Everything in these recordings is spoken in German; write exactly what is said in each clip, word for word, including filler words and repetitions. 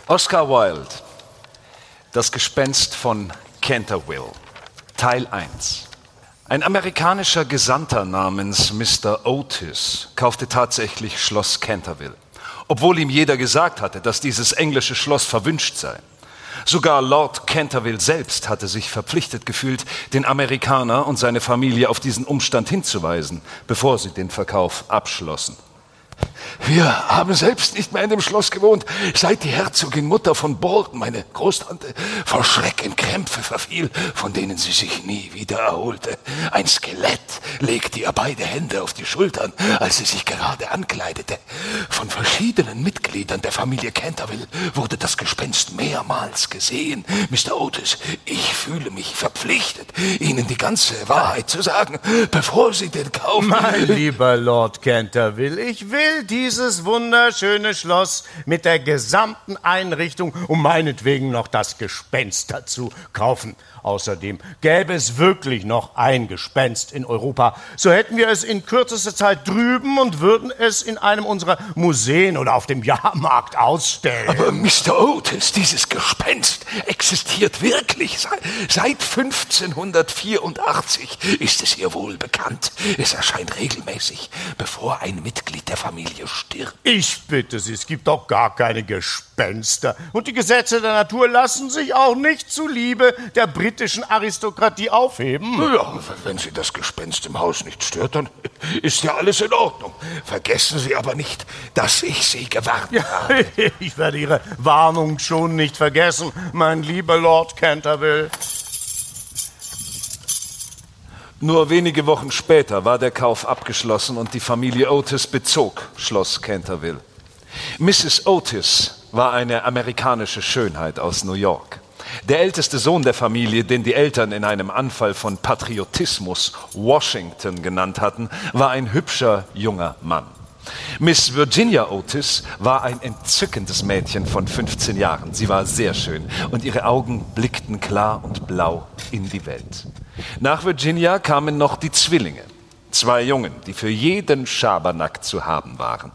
Oscar Wilde, Das Gespenst von Canterville, Teil eins. Ein amerikanischer Gesandter namens Mister Otis kaufte tatsächlich Schloss Canterville, obwohl ihm jeder gesagt hatte, dass dieses englische Schloss verwünscht sei. Sogar Lord Canterville selbst hatte sich verpflichtet gefühlt, den Amerikaner und seine Familie auf diesen Umstand hinzuweisen, bevor sie den Verkauf abschlossen. Wir haben selbst nicht mehr in dem Schloss gewohnt, seit die Herzogin Mutter von Bolton, meine Großtante, vor Schreck in Krämpfe verfiel, von denen sie sich nie wieder erholte. Ein Skelett legte ihr beide Hände auf die Schultern, als sie sich gerade ankleidete. Von verschiedenen Mitgliedern der Familie Canterville wurde das Gespenst mehrmals gesehen. Mister Otis, ich fühle mich verpflichtet, Ihnen die ganze Wahrheit zu sagen, bevor Sie den Kauf... Mein lieber Lord Canterville, ich will dieses wunderschöne Schloss mit der gesamten Einrichtung und meinetwegen noch das Gespenst dazu kaufen. Außerdem gäbe es wirklich noch ein Gespenst in Europa. So hätten wir es in kürzester Zeit drüben und würden es in einem unserer Museen oder auf dem Jahrmarkt ausstellen. Aber Mister Otis, dieses Gespenst existiert wirklich. Seit fünfzehnhundertvierundachtzig ist es ihr wohl bekannt. Es erscheint regelmäßig, bevor ein Mitglied der Familie stirbt. Ich bitte Sie, es gibt doch gar keine Gespenster. Und die Gesetze der Natur lassen sich auch nicht zuliebe der britischen Aristokratie aufheben. Ja, wenn Sie das Gespenst im Haus nicht stört, dann ist ja alles in Ordnung. Vergessen Sie aber nicht, dass ich Sie gewarnt ja, habe. Ich werde Ihre Warnung schon nicht vergessen, mein lieber Lord Canterville. Nur wenige Wochen später war der Kauf abgeschlossen und die Familie Otis bezog Schloss Canterville. Misses Otis war eine amerikanische Schönheit aus New York. Der älteste Sohn der Familie, den die Eltern in einem Anfall von Patriotismus Washington genannt hatten, war ein hübscher junger Mann. Miss Virginia Otis war ein entzückendes Mädchen von fünfzehn Jahren. Sie war sehr schön und ihre Augen blickten klar und blau in die Welt. Nach Virginia kamen noch die Zwillinge, zwei Jungen, die für jeden Schabernack zu haben waren.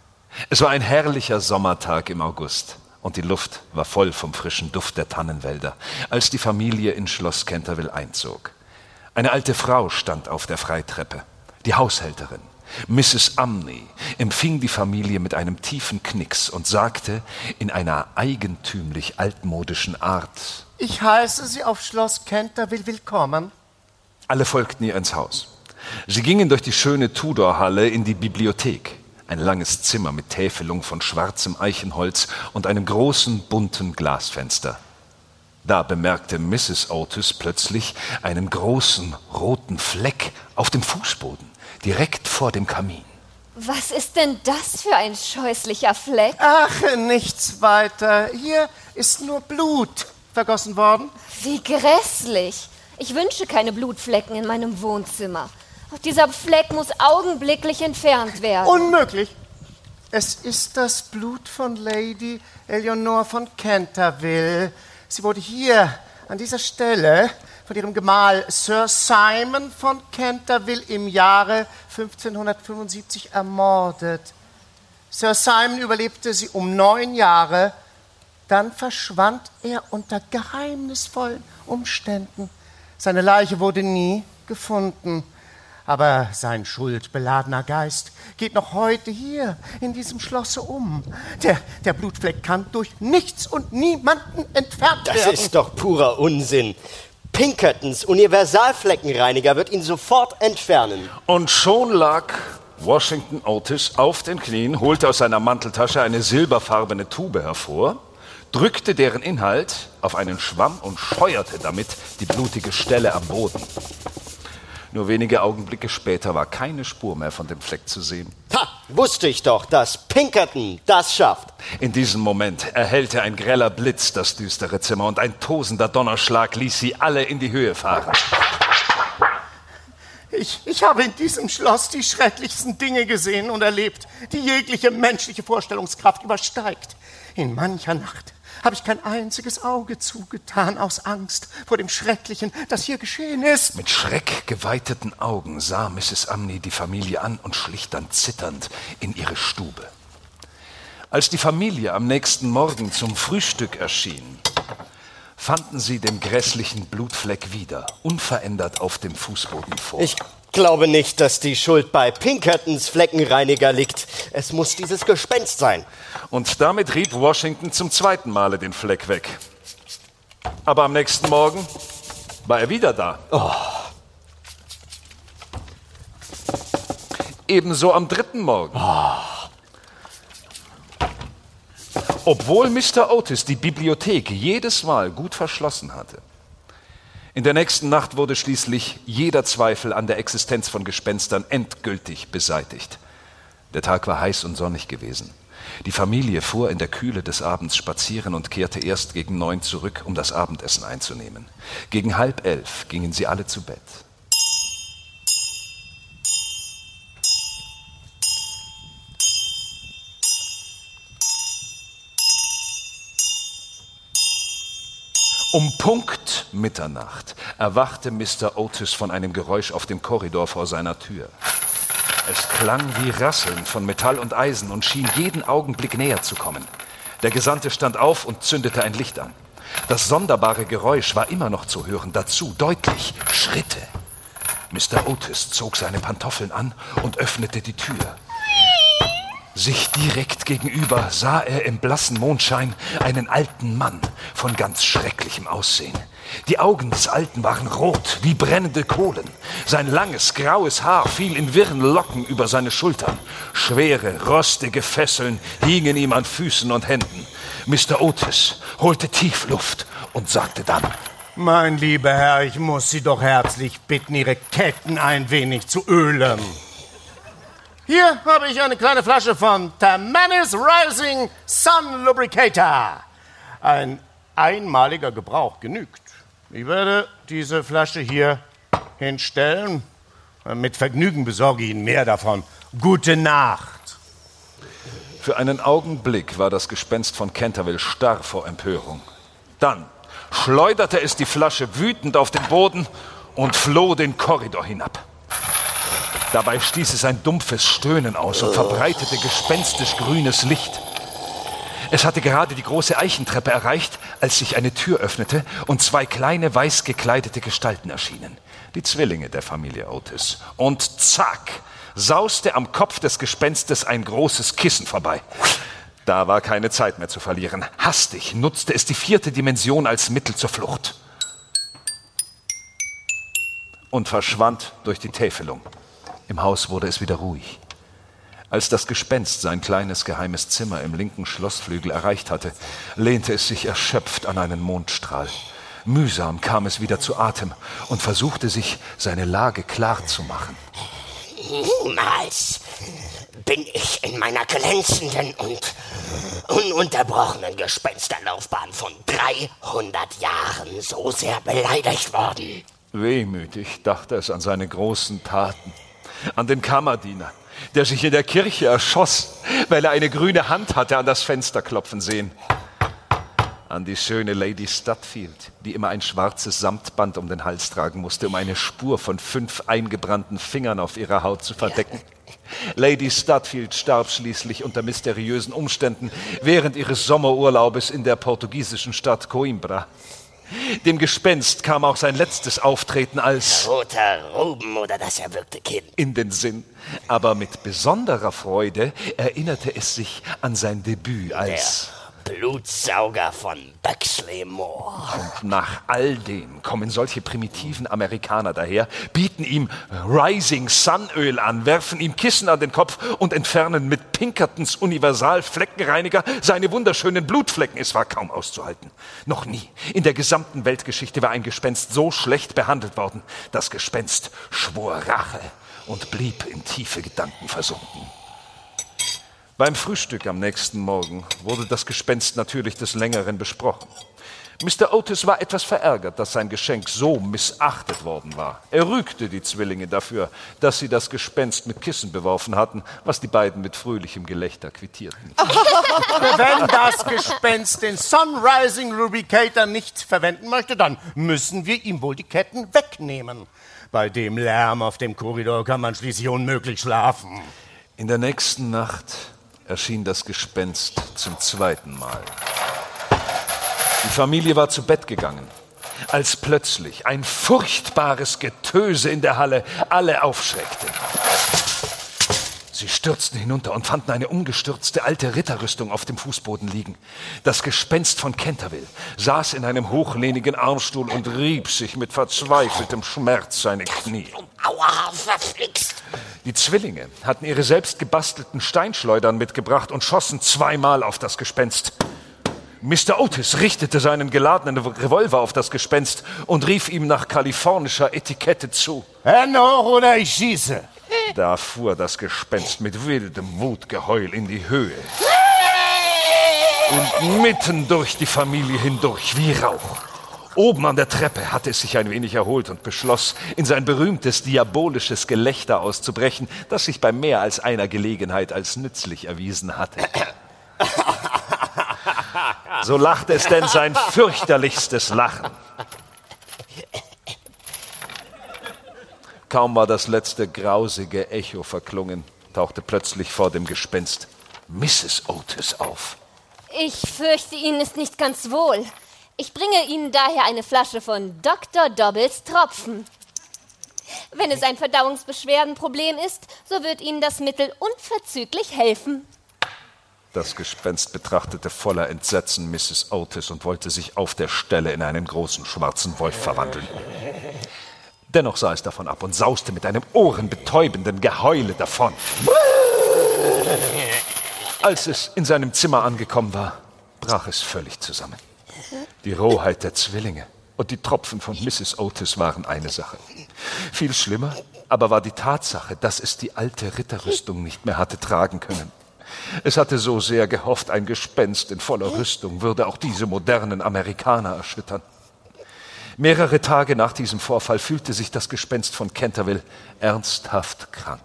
Es war ein herrlicher Sommertag im August und die Luft war voll vom frischen Duft der Tannenwälder, als die Familie in Schloss Canterville einzog. Eine alte Frau stand auf der Freitreppe, die Haushälterin. Misses Umney empfing die Familie mit einem tiefen Knicks und sagte in einer eigentümlich altmodischen Art: Ich heiße Sie auf Schloss Canterville willkommen. Alle folgten ihr ins Haus. Sie gingen durch die schöne Tudor-Halle in die Bibliothek. Ein langes Zimmer mit Täfelung von schwarzem Eichenholz und einem großen, bunten Glasfenster. Da bemerkte Misses Otis plötzlich einen großen, roten Fleck auf dem Fußboden, direkt vor dem Kamin. Was ist denn das für ein scheußlicher Fleck? Ach, nichts weiter. Hier ist nur Blut vergossen worden. Wie grässlich. Ich wünsche keine Blutflecken in meinem Wohnzimmer. Auch dieser Fleck muss augenblicklich entfernt werden. Unmöglich. Es ist das Blut von Lady Eleanor von Canterville. Sie wurde hier, an dieser Stelle, von ihrem Gemahl Sir Simon von Canterville im Jahre fünfzehnhundertfünfundsiebzig ermordet. Sir Simon überlebte sie um neun Jahre, dann verschwand er unter geheimnisvollen Umständen. Seine Leiche wurde nie gefunden. Aber sein schuldbeladener Geist geht noch heute hier in diesem Schlosse um. Der, der Blutfleck kann durch nichts und niemanden entfernt das werden. Das ist doch purer Unsinn. Pinkertons Universalfleckenreiniger wird ihn sofort entfernen. Und schon lag Washington Otis auf den Knien, holte aus seiner Manteltasche eine silberfarbene Tube hervor, drückte deren Inhalt auf einen Schwamm und scheuerte damit die blutige Stelle am Boden. Nur wenige Augenblicke später war keine Spur mehr von dem Fleck zu sehen. Ha, wusste ich doch, dass Pinkerton das schafft. In diesem Moment erhellte ein greller Blitz das düstere Zimmer und ein tosender Donnerschlag ließ sie alle in die Höhe fahren. Ich, ich habe in diesem Schloss die schrecklichsten Dinge gesehen und erlebt, die jegliche menschliche Vorstellungskraft übersteigt. In mancher Nacht habe ich kein einziges Auge zugetan aus Angst vor dem Schrecklichen, das hier geschehen ist. Mit schreckgeweiteten Augen sah Misses Umney die Familie an und schlich dann zitternd in ihre Stube. Als die Familie am nächsten Morgen zum Frühstück erschien, fanden sie den grässlichen Blutfleck wieder, unverändert auf dem Fußboden vor. Ich glaube nicht, dass die Schuld bei Pinkertons Fleckenreiniger liegt. Es muss dieses Gespenst sein. Und damit rieb Washington zum zweiten Male den Fleck weg. Aber am nächsten Morgen war er wieder da. Oh. Ebenso am dritten Morgen. Oh. Obwohl Mister Otis die Bibliothek jedes Mal gut verschlossen hatte. In der nächsten Nacht wurde schließlich jeder Zweifel an der Existenz von Gespenstern endgültig beseitigt. Der Tag war heiß und sonnig gewesen. Die Familie fuhr in der Kühle des Abends spazieren und kehrte erst gegen neun zurück, um das Abendessen einzunehmen. Gegen halb elf gingen sie alle zu Bett. Um Punkt Mitternacht erwachte Mister Otis von einem Geräusch auf dem Korridor vor seiner Tür. Es klang wie Rasseln von Metall und Eisen und schien jeden Augenblick näher zu kommen. Der Gesandte stand auf und zündete ein Licht an. Das sonderbare Geräusch war immer noch zu hören, dazu deutlich Schritte. Mister Otis zog seine Pantoffeln an und öffnete die Tür. Sich direkt gegenüber sah er im blassen Mondschein einen alten Mann von ganz schrecklichem Aussehen. Die Augen des Alten waren rot wie brennende Kohlen. Sein langes, graues Haar fiel in wirren Locken über seine Schultern. Schwere, rostige Fesseln hingen ihm an Füßen und Händen. Mister Otis holte tief Luft und sagte dann: Mein lieber Herr, ich muss Sie doch herzlich bitten, Ihre Ketten ein wenig zu ölen. Hier habe ich eine kleine Flasche von Tammany's Rising Sun Lubricator. Ein einmaliger Gebrauch genügt. Ich werde diese Flasche hier hinstellen. Mit Vergnügen besorge ich Ihnen mehr davon. Gute Nacht. Für einen Augenblick war das Gespenst von Canterville starr vor Empörung. Dann schleuderte es die Flasche wütend auf den Boden und floh den Korridor hinab. Dabei stieß es ein dumpfes Stöhnen aus und verbreitete gespenstisch grünes Licht. Es hatte gerade die große Eichentreppe erreicht, als sich eine Tür öffnete und zwei kleine, weiß gekleidete Gestalten erschienen. Die Zwillinge der Familie Otis. Und zack, sauste am Kopf des Gespenstes ein großes Kissen vorbei. Da war keine Zeit mehr zu verlieren. Hastig nutzte es die vierte Dimension als Mittel zur Flucht. Und verschwand durch die Täfelung. Im Haus wurde es wieder ruhig. Als das Gespenst sein kleines geheimes Zimmer im linken Schlossflügel erreicht hatte, lehnte es sich erschöpft an einen Mondstrahl. Mühsam kam es wieder zu Atem und versuchte sich seine Lage klar zu machen. Niemals bin ich in meiner glänzenden und ununterbrochenen Gespensterlaufbahn von dreihundert Jahren so sehr beleidigt worden. Wehmütig dachte es an seine großen Taten. An den Kammerdiener, der sich in der Kirche erschoss, weil er eine grüne Hand hatte an das Fenster klopfen sehen. An die schöne Lady Stutfield, die immer ein schwarzes Samtband um den Hals tragen musste, um eine Spur von fünf eingebrannten Fingern auf ihrer Haut zu verdecken. Lady Stutfield starb schließlich unter mysteriösen Umständen während ihres Sommerurlaubes in der portugiesischen Stadt Coimbra. Dem Gespenst kam auch sein letztes Auftreten als Roter Ruben oder das erwürgte Kind in den Sinn. Aber mit besonderer Freude erinnerte es sich an sein Debüt als der Blutsauger von Bexley Moor. Und nach all dem kommen solche primitiven Amerikaner daher, bieten ihm Rising Sun Öl an, werfen ihm Kissen an den Kopf und entfernen mit Pinkertons Universal-Fleckenreiniger seine wunderschönen Blutflecken. Es war kaum auszuhalten. Noch nie in der gesamten Weltgeschichte war ein Gespenst so schlecht behandelt worden. Das Gespenst schwor Rache und blieb in tiefe Gedanken versunken. Beim Frühstück am nächsten Morgen wurde das Gespenst natürlich des Längeren besprochen. Mister Otis war etwas verärgert, dass sein Geschenk so missachtet worden war. Er rügte die Zwillinge dafür, dass sie das Gespenst mit Kissen beworfen hatten, was die beiden mit fröhlichem Gelächter quittierten. Wenn das Gespenst den Sunrising Lubricator nicht verwenden möchte, dann müssen wir ihm wohl die Ketten wegnehmen. Bei dem Lärm auf dem Korridor kann man schließlich unmöglich schlafen. In der nächsten Nacht erschien das Gespenst zum zweiten Mal. Die Familie war zu Bett gegangen, als plötzlich ein furchtbares Getöse in der Halle alle aufschreckte. Sie stürzten hinunter und fanden eine umgestürzte alte Ritterrüstung auf dem Fußboden liegen. Das Gespenst von Canterville saß in einem hochlehnigen Armstuhl und rieb sich mit verzweifeltem Schmerz seine Knie. Aua, verflixt! Die Zwillinge hatten ihre selbst gebastelten Steinschleudern mitgebracht und schossen zweimal auf das Gespenst. Mister Otis richtete seinen geladenen Revolver auf das Gespenst und rief ihm nach kalifornischer Etikette zu. Hände hoch oder ich schieße. Da fuhr das Gespenst mit wildem Wutgeheul in die Höhe. Und mitten durch die Familie hindurch wie Rauch. Oben an der Treppe hatte es sich ein wenig erholt und beschloss, in sein berühmtes diabolisches Gelächter auszubrechen, das sich bei mehr als einer Gelegenheit als nützlich erwiesen hatte. So lachte es denn sein fürchterlichstes Lachen. Kaum war das letzte grausige Echo verklungen, tauchte plötzlich vor dem Gespenst Misses Otis auf. Ich fürchte, Ihnen ist nicht ganz wohl. Ich bringe Ihnen daher eine Flasche von Doktor Dobbles Tropfen. Wenn es ein Verdauungsbeschwerdenproblem ist, so wird Ihnen das Mittel unverzüglich helfen. Das Gespenst betrachtete voller Entsetzen Misses Otis und wollte sich auf der Stelle in einen großen schwarzen Wolf verwandeln. Dennoch sah es davon ab und sauste mit einem ohrenbetäubenden Geheule davon. Als es in seinem Zimmer angekommen war, brach es völlig zusammen. Die Rohheit der Zwillinge und die Tropfen von Misses Otis waren eine Sache. Viel schlimmer aber war die Tatsache, dass es die alte Ritterrüstung nicht mehr hatte tragen können. Es hatte so sehr gehofft, ein Gespenst in voller Rüstung würde auch diese modernen Amerikaner erschüttern. Mehrere Tage nach diesem Vorfall fühlte sich das Gespenst von Canterville ernsthaft krank.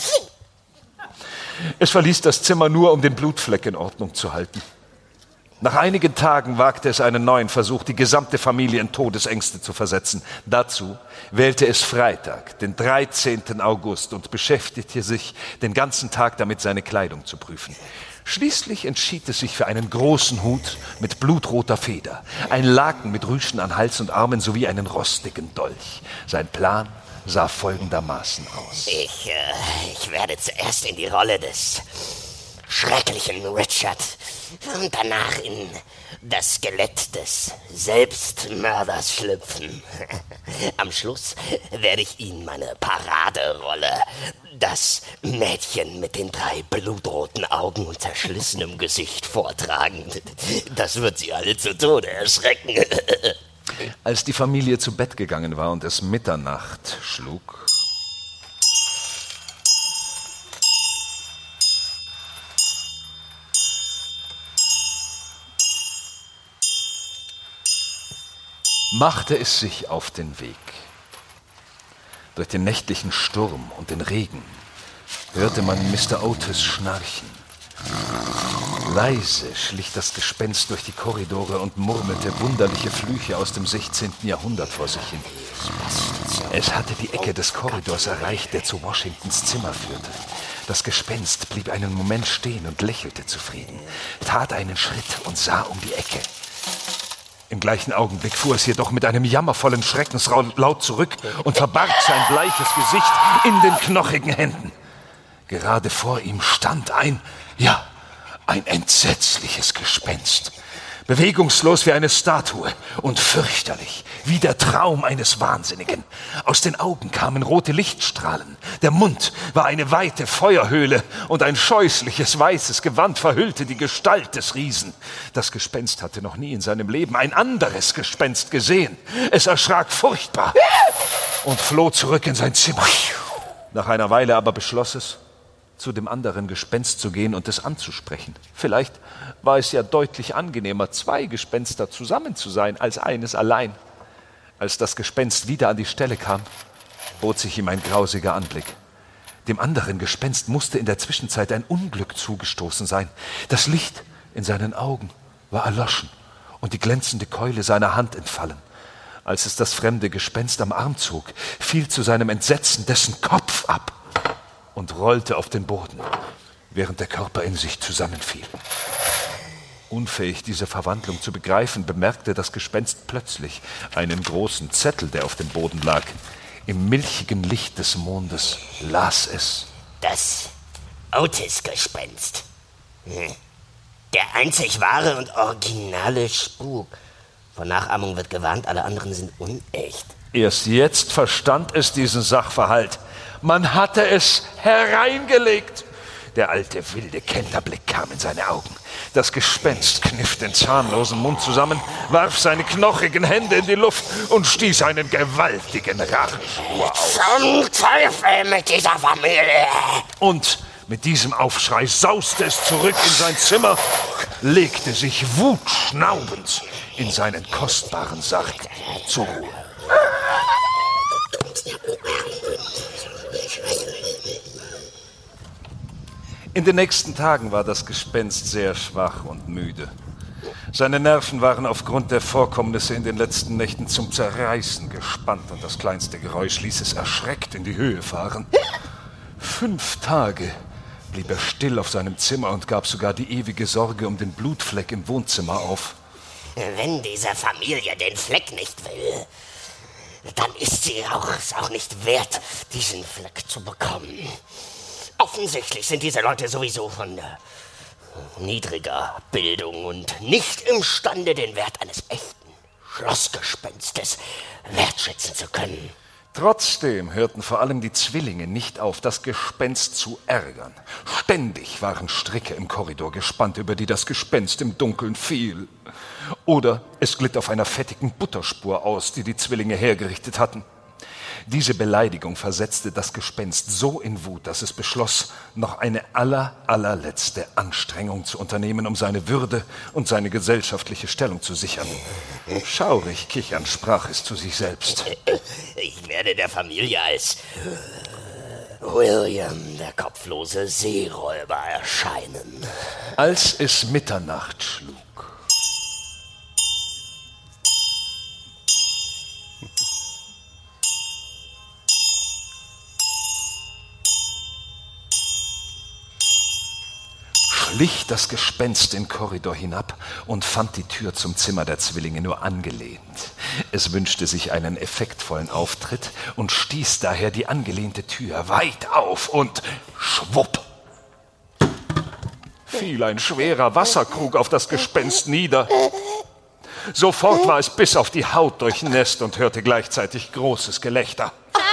Es verließ das Zimmer nur, um den Blutfleck in Ordnung zu halten. Nach einigen Tagen wagte es einen neuen Versuch, die gesamte Familie in Todesängste zu versetzen. Dazu wählte es Freitag, den dreizehnten August, und beschäftigte sich den ganzen Tag damit, seine Kleidung zu prüfen. Schließlich entschied es sich für einen großen Hut mit blutroter Feder, ein Laken mit Rüschen an Hals und Armen sowie einen rostigen Dolch. Sein Plan sah folgendermaßen aus. Ich, äh, ich werde zuerst in die Rolle des schrecklichen Richard und danach in das Skelett des Selbstmörders schlüpfen. Am Schluss werde ich Ihnen meine Paraderolle, das Mädchen mit den drei blutroten Augen und zerschlissenem Gesicht, vortragen. Das wird Sie alle zu Tode erschrecken. Als die Familie zu Bett gegangen war und es Mitternacht schlug, machte es sich auf den Weg. Durch den nächtlichen Sturm und den Regen hörte man Mister Otis schnarchen. Leise schlich das Gespenst durch die Korridore und murmelte wunderliche Flüche aus dem sechzehnten Jahrhundert vor sich hin. Es hatte die Ecke des Korridors erreicht, der zu Washingtons Zimmer führte. Das Gespenst blieb einen Moment stehen und lächelte zufrieden, tat einen Schritt und sah um die Ecke. Im gleichen Augenblick fuhr es jedoch mit einem jammervollen Schreckenslaut zurück und verbarg sein bleiches Gesicht in den knochigen Händen. Gerade vor ihm stand ein, ja, ein entsetzliches Gespenst. Bewegungslos wie eine Statue und fürchterlich wie der Traum eines Wahnsinnigen. Aus den Augen kamen rote Lichtstrahlen. Der Mund war eine weite Feuerhöhle und ein scheußliches weißes Gewand verhüllte die Gestalt des Riesen. Das Gespenst hatte noch nie in seinem Leben ein anderes Gespenst gesehen. Es erschrak furchtbar und floh zurück in sein Zimmer. Nach einer Weile aber beschloss es, zu dem anderen Gespenst zu gehen und es anzusprechen. Vielleicht war es ja deutlich angenehmer, zwei Gespenster zusammen zu sein, als eines allein. Als das Gespenst wieder an die Stelle kam, bot sich ihm ein grausiger Anblick. Dem anderen Gespenst musste in der Zwischenzeit ein Unglück zugestoßen sein. Das Licht in seinen Augen war erloschen und die glänzende Keule seiner Hand entfallen. Als es das fremde Gespenst am Arm zog, fiel zu seinem Entsetzen dessen Kopf ab und rollte auf den Boden. während der Körper in sich zusammenfiel. Unfähig, diese Verwandlung zu begreifen, bemerkte das Gespenst plötzlich einen großen Zettel, der auf dem Boden lag. Im milchigen Licht des Mondes las es. Das Otis-Gespenst. Hm. Der einzig wahre und originale Spuk. Vor Nachahmung wird gewarnt, alle anderen sind unecht. Erst jetzt verstand es diesen Sachverhalt. Man hatte es hereingelegt. Der alte, wilde Kenterblick kam in seine Augen. Das Gespenst kniff den zahnlosen Mund zusammen, warf seine knochigen Hände in die Luft und stieß einen gewaltigen Rachenschwur aus. Zum Teufel mit dieser Familie! Und mit diesem Aufschrei sauste es zurück in sein Zimmer, legte sich wutschnaubend in seinen kostbaren Sarg zur Ruhe. In den nächsten Tagen war das Gespenst sehr schwach und müde. Seine Nerven waren aufgrund der Vorkommnisse in den letzten Nächten zum Zerreißen gespannt und das kleinste Geräusch ließ es erschreckt in die Höhe fahren. Fünf Tage blieb er still auf seinem Zimmer und gab sogar die ewige Sorge um den Blutfleck im Wohnzimmer auf. Wenn diese Familie den Fleck nicht will, dann ist sie auch, es auch nicht wert, diesen Fleck zu bekommen. Offensichtlich sind diese Leute sowieso von äh, niedriger Bildung und nicht imstande, den Wert eines echten Schlossgespenstes wertschätzen zu können. Trotzdem hörten vor allem die Zwillinge nicht auf, das Gespenst zu ärgern. Ständig waren Stricke im Korridor gespannt, über die das Gespenst im Dunkeln fiel. Oder es glitt auf einer fettigen Butterspur aus, die die Zwillinge hergerichtet hatten. Diese Beleidigung versetzte das Gespenst so in Wut, dass es beschloss, noch eine aller, allerletzte Anstrengung zu unternehmen, um seine Würde und seine gesellschaftliche Stellung zu sichern. Schaurig kichernd sprach es zu sich selbst. Ich werde der Familie als William, der kopflose Seeräuber, erscheinen. Als es Mitternacht schlug, schlich das Gespenst den Korridor hinab und fand die Tür zum Zimmer der Zwillinge nur angelehnt. Es wünschte sich einen effektvollen Auftritt und stieß daher die angelehnte Tür weit auf und schwupp! Fiel ein schwerer Wasserkrug auf das Gespenst nieder. Sofort war es bis auf die Haut durchnässt und hörte gleichzeitig großes Gelächter.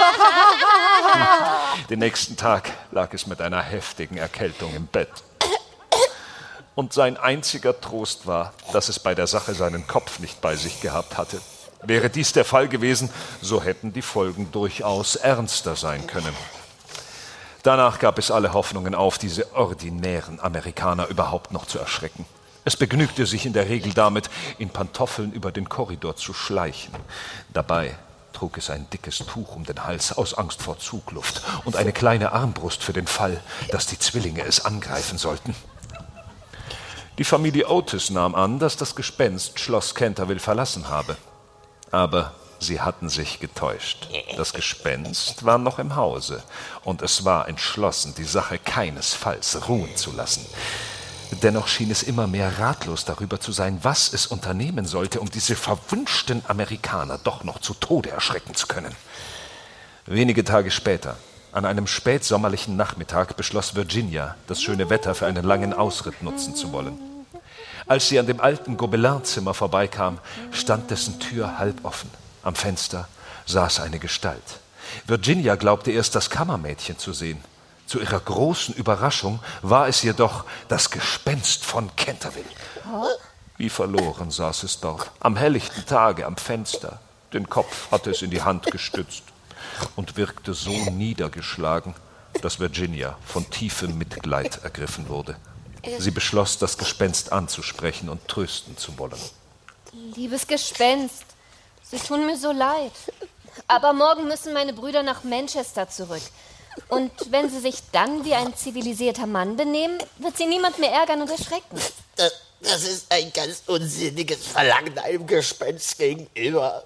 Den nächsten Tag lag es mit einer heftigen Erkältung im Bett. Und sein einziger Trost war, dass es bei der Sache seinen Kopf nicht bei sich gehabt hatte. Wäre dies der Fall gewesen, so hätten die Folgen durchaus ernster sein können. Danach gab es alle Hoffnungen auf, diese ordinären Amerikaner überhaupt noch zu erschrecken. Es begnügte sich in der Regel damit, in Pantoffeln über den Korridor zu schleichen. Dabei trug es ein dickes Tuch um den Hals aus Angst vor Zugluft und eine kleine Armbrust für den Fall, dass die Zwillinge es angreifen sollten. Die Familie Otis nahm an, dass das Gespenst Schloss Canterville verlassen habe. Aber sie hatten sich getäuscht. Das Gespenst war noch im Hause und es war entschlossen, die Sache keinesfalls ruhen zu lassen. Dennoch schien es immer mehr ratlos darüber zu sein, was es unternehmen sollte, um diese verwünschten Amerikaner doch noch zu Tode erschrecken zu können. Wenige Tage später, an einem spätsommerlichen Nachmittag, beschloss Virginia, das schöne Wetter für einen langen Ausritt nutzen zu wollen. Als sie an dem alten Gobelin-Zimmer vorbeikam, stand dessen Tür halb offen. Am Fenster saß eine Gestalt. Virginia glaubte erst, das Kammermädchen zu sehen. Zu ihrer großen Überraschung war es jedoch das Gespenst von Canterville. Wie verloren saß es dort, am helllichten Tage am Fenster. Den Kopf hatte es in die Hand gestützt und wirkte so niedergeschlagen, dass Virginia von tiefem Mitleid ergriffen wurde. Sie beschloss, das Gespenst anzusprechen und trösten zu wollen. Liebes Gespenst, Sie tun mir so leid. Aber morgen müssen meine Brüder nach Manchester zurück. Und wenn Sie sich dann wie ein zivilisierter Mann benehmen, wird Sie niemand mehr ärgern und erschrecken. Das, das ist ein ganz unsinniges Verlangen einem Gespenst gegenüber.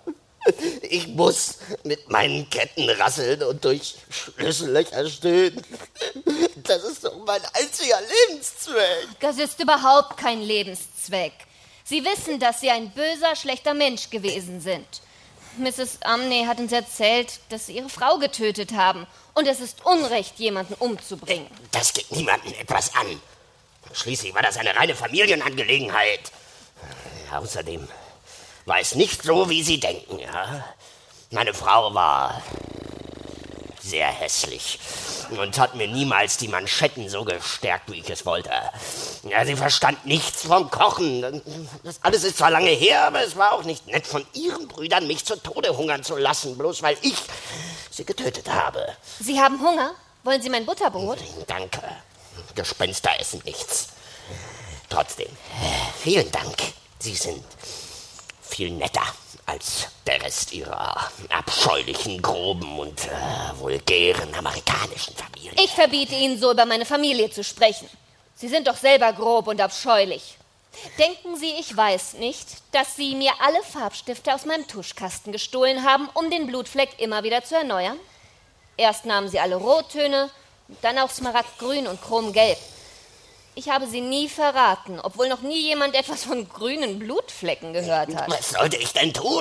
Ich muss mit meinen Ketten rasseln und durch Schlüssellöcher stöhnen. Das ist doch mein einziger Lebenszweck. Das ist überhaupt kein Lebenszweck. Sie wissen, dass Sie ein böser, schlechter Mensch gewesen sind. Misses Umney hat uns erzählt, dass Sie Ihre Frau getötet haben. Und es ist Unrecht, jemanden umzubringen. Das geht niemandem etwas an. Schließlich war das eine reine Familienangelegenheit. Außerdem war es nicht so, wie Sie denken, ja. Meine Frau war sehr hässlich und hat mir niemals die Manschetten so gestärkt, wie ich es wollte. Ja, sie verstand nichts vom Kochen. Das alles ist zwar lange her, aber es war auch nicht nett von ihren Brüdern, mich zu Tode hungern zu lassen, bloß weil ich sie getötet habe. Sie haben Hunger? Wollen Sie mein Butterbrot? Danke. Gespenster essen nichts. Trotzdem, vielen Dank. Sie sind viel netter als der Rest ihrer abscheulichen, groben und äh, vulgären amerikanischen Familie. Ich verbiete Ihnen, so über meine Familie zu sprechen. Sie sind doch selber grob und abscheulich. Denken Sie, ich weiß nicht, dass Sie mir alle Farbstifte aus meinem Tuschkasten gestohlen haben, um den Blutfleck immer wieder zu erneuern? Erst nahmen Sie alle Rottöne, dann auch Smaragdgrün und Chromgelb. Ich habe Sie nie verraten, obwohl noch nie jemand etwas von grünen Blutflecken gehört hat. Was sollte ich denn tun?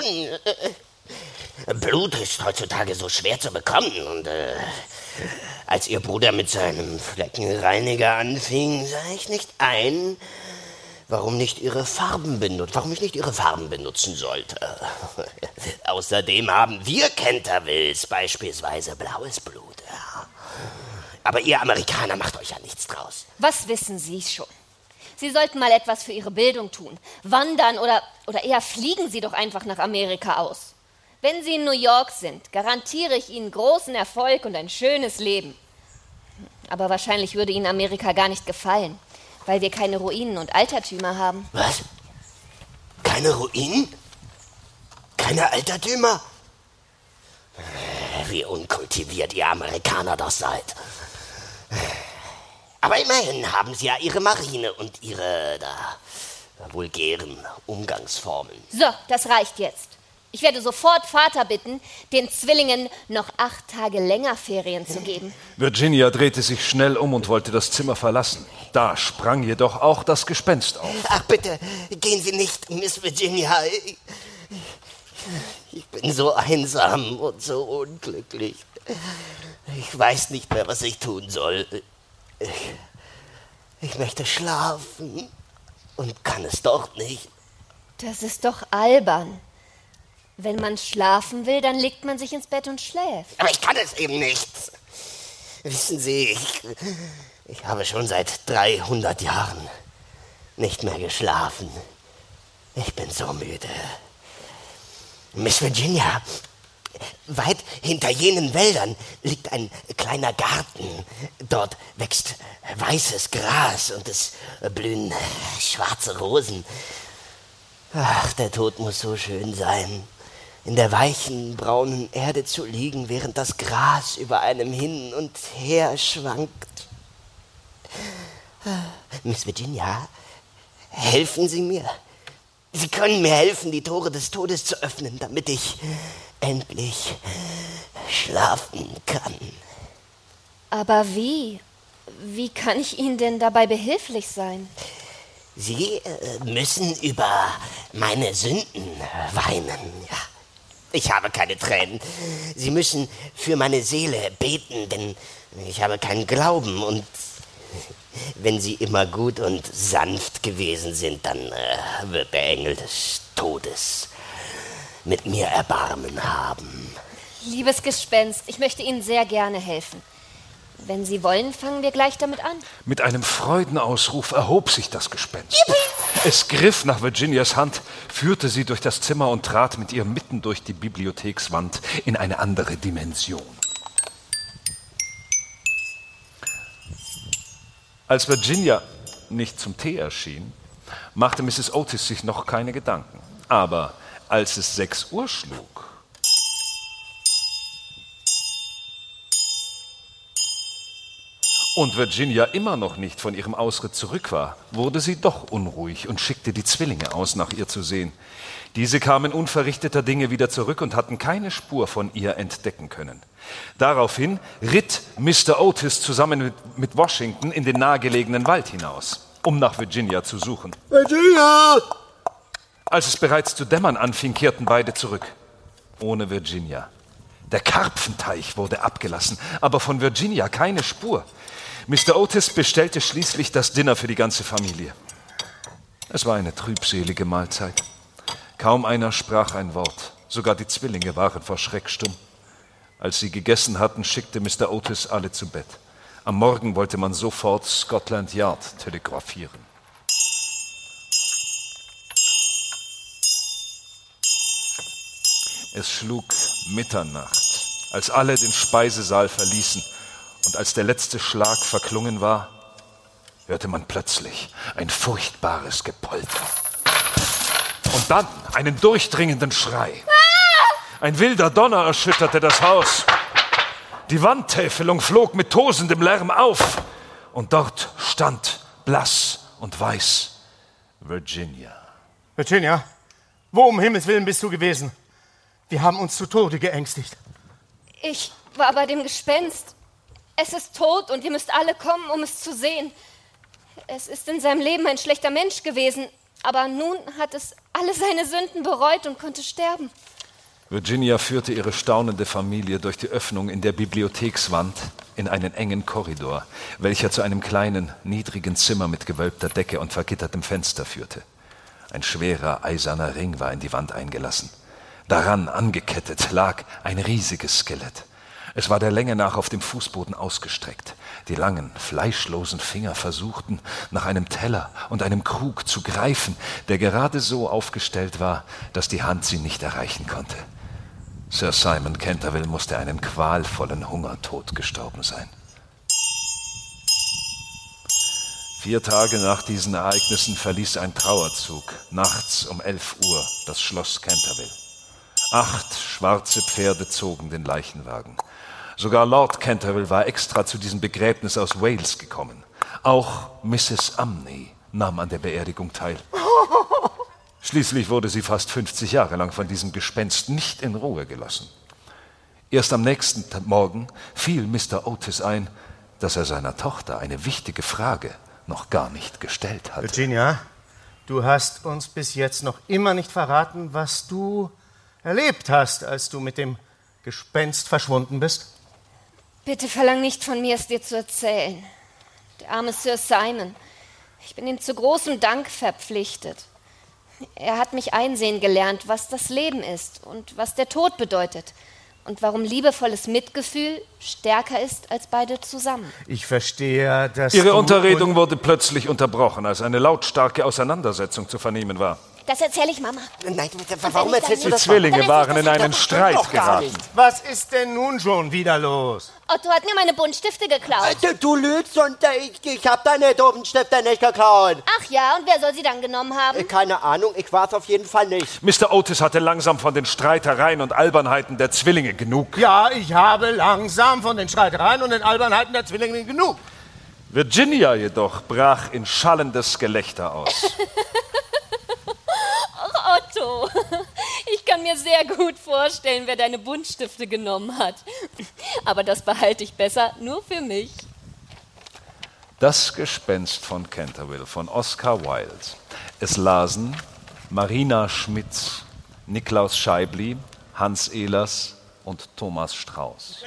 Blut ist heutzutage so schwer zu bekommen. Und äh, als Ihr Bruder mit seinem Fleckenreiniger anfing, sah ich nicht ein, warum nicht Ihre Farben benut- warum ich nicht Ihre Farben benutzen sollte. Außerdem haben wir Cantervilles beispielsweise blaues Blut. Ja. Aber ihr Amerikaner macht euch ja nichts draus. Was wissen Sie schon? Sie sollten mal etwas für Ihre Bildung tun. Wandern oder, oder eher fliegen Sie doch einfach nach Amerika aus. Wenn Sie in New York sind, garantiere ich Ihnen großen Erfolg und ein schönes Leben. Aber wahrscheinlich würde Ihnen Amerika gar nicht gefallen, weil wir keine Ruinen und Altertümer haben. Was? Keine Ruinen? Keine Altertümer? Wie unkultiviert ihr Amerikaner doch seid. Aber immerhin haben sie ja ihre Marine und ihre da, vulgären Umgangsformen. So, das reicht jetzt. Ich werde sofort Vater bitten, den Zwillingen noch acht Tage länger Ferien zu geben. Virginia drehte sich schnell um und wollte das Zimmer verlassen. Da sprang jedoch auch das Gespenst auf. Ach bitte, gehen Sie nicht, Miss Virginia. Ich, ich bin so einsam und so unglücklich. Ich weiß nicht mehr, was ich tun soll. Ich, ich möchte schlafen und kann es doch nicht. Das ist doch albern. Wenn man schlafen will, dann legt man sich ins Bett und schläft. Aber ich kann es eben nicht. Wissen Sie, ich, ich habe schon seit dreihundert Jahren nicht mehr geschlafen. Ich bin so müde. Miss Virginia, weit hinter jenen Wäldern liegt ein kleiner Garten. Dort wächst weißes Gras und es blühen schwarze Rosen. Ach, der Tod muss so schön sein, in der weichen, braunen Erde zu liegen, während das Gras über einem hin und her schwankt. Miss Virginia, helfen Sie mir. Sie können mir helfen, die Tore des Todes zu öffnen, damit ich endlich schlafen kann. Aber wie? Wie kann ich Ihnen denn dabei behilflich sein? Sie äh, müssen über meine Sünden weinen, ja. Ich habe keine Tränen. Sie müssen für meine Seele beten, denn ich habe keinen Glauben. Und wenn Sie immer gut und sanft gewesen sind, dann äh, wird der Engel des Todes mit mir Erbarmen haben. Liebes Gespenst, ich möchte Ihnen sehr gerne helfen. Wenn Sie wollen, fangen wir gleich damit an. Mit einem Freudenausruf erhob sich das Gespenst. Es griff nach Virginias Hand, führte sie durch das Zimmer und trat mit ihr mitten durch die Bibliothekswand in eine andere Dimension. Als Virginia nicht zum Tee erschien, machte Misses Otis sich noch keine Gedanken. Aber als es sechs Uhr schlug, und Virginia immer noch nicht von ihrem Ausritt zurück war, wurde sie doch unruhig und schickte die Zwillinge aus, nach ihr zu sehen. Diese kamen unverrichteter Dinge wieder zurück und hatten keine Spur von ihr entdecken können. Daraufhin ritt Mister Otis zusammen mit, mit Washington in den nahegelegenen Wald hinaus, um nach Virginia zu suchen. Virginia! Als es bereits zu dämmern anfing, kehrten beide zurück. Ohne Virginia. Der Karpfenteich wurde abgelassen, aber von Virginia keine Spur. Mister Otis bestellte schließlich das Dinner für die ganze Familie. Es war eine trübselige Mahlzeit. Kaum einer sprach ein Wort. Sogar die Zwillinge waren vor Schreck stumm. Als sie gegessen hatten, schickte Mister Otis alle zu Bett. Am Morgen wollte man sofort Scotland Yard telegrafieren. Es schlug Mitternacht, als alle den Speisesaal verließen, und als der letzte Schlag verklungen war, hörte man plötzlich ein furchtbares Gepolter. Und dann einen durchdringenden Schrei. Ein wilder Donner erschütterte das Haus. Die Wandtäfelung flog mit tosendem Lärm auf, und dort stand, blass und weiß, Virginia. Virginia, wo um Himmels Willen bist du gewesen? Wir haben uns zu Tode geängstigt. Ich war bei dem Gespenst. Es ist tot und ihr müsst alle kommen, um es zu sehen. Es ist in seinem Leben ein schlechter Mensch gewesen, aber nun hat es alle seine Sünden bereut und konnte sterben. Virginia führte ihre staunende Familie durch die Öffnung in der Bibliothekswand in einen engen Korridor, welcher zu einem kleinen, niedrigen Zimmer mit gewölbter Decke und vergittertem Fenster führte. Ein schwerer, eiserner Ring war in die Wand eingelassen. Daran, angekettet, lag ein riesiges Skelett. Es war der Länge nach auf dem Fußboden ausgestreckt. Die langen, fleischlosen Finger versuchten, nach einem Teller und einem Krug zu greifen, der gerade so aufgestellt war, dass die Hand sie nicht erreichen konnte. Sir Simon Canterville musste einen qualvollen Hungertod gestorben sein. Vier Tage nach diesen Ereignissen verließ ein Trauerzug, nachts um elf Uhr, das Schloss Canterville. Acht schwarze Pferde zogen den Leichenwagen. Sogar Lord Canterville war extra zu diesem Begräbnis aus Wales gekommen. Auch Misses Umney nahm an der Beerdigung teil. Schließlich wurde sie fast fünfzig Jahre lang von diesem Gespenst nicht in Ruhe gelassen. Erst am nächsten Morgen fiel Mister Otis ein, dass er seiner Tochter eine wichtige Frage noch gar nicht gestellt hatte. Virginia, du hast uns bis jetzt noch immer nicht verraten, was du erlebt hast, als du mit dem Gespenst verschwunden bist. Bitte verlang nicht von mir, es dir zu erzählen. Der arme Sir Simon. Ich bin ihm zu großem Dank verpflichtet. Er hat mich einsehen gelernt, was das Leben ist und was der Tod bedeutet. Und warum liebevolles Mitgefühl stärker ist als beide zusammen. Ich verstehe, dass Ihre du Unterredung wurde plötzlich unterbrochen, als eine lautstarke Auseinandersetzung zu vernehmen war. Das erzähle ich Mama. Nein, warum erzählst du Die das? Zwillinge waren in einen Streit doch gar geraten. nicht. Was ist denn nun schon wieder los? Otto hat mir meine Buntstifte geklaut. Du, du lügst und äh, ich, ich hab deine doofen Stifte nicht geklaut. Ach ja, und wer soll sie dann genommen Äh, haben? Keine Ahnung, ich war's auf jeden Fall nicht. Mister Otis hatte langsam von den Streitereien und Albernheiten der Zwillinge genug. Ja, ich habe langsam von den Streitereien und den Albernheiten der Zwillinge genug. Virginia jedoch brach in schallendes Gelächter aus. Otto, ich kann mir sehr gut vorstellen, wer deine Buntstifte genommen hat. Aber das behalte ich besser nur für mich. Das Gespenst von Canterville von Oscar Wilde. Es lasen Marina Schmitz, Niklaus Scheibli, Hans Ehlers und Thomas Strauß.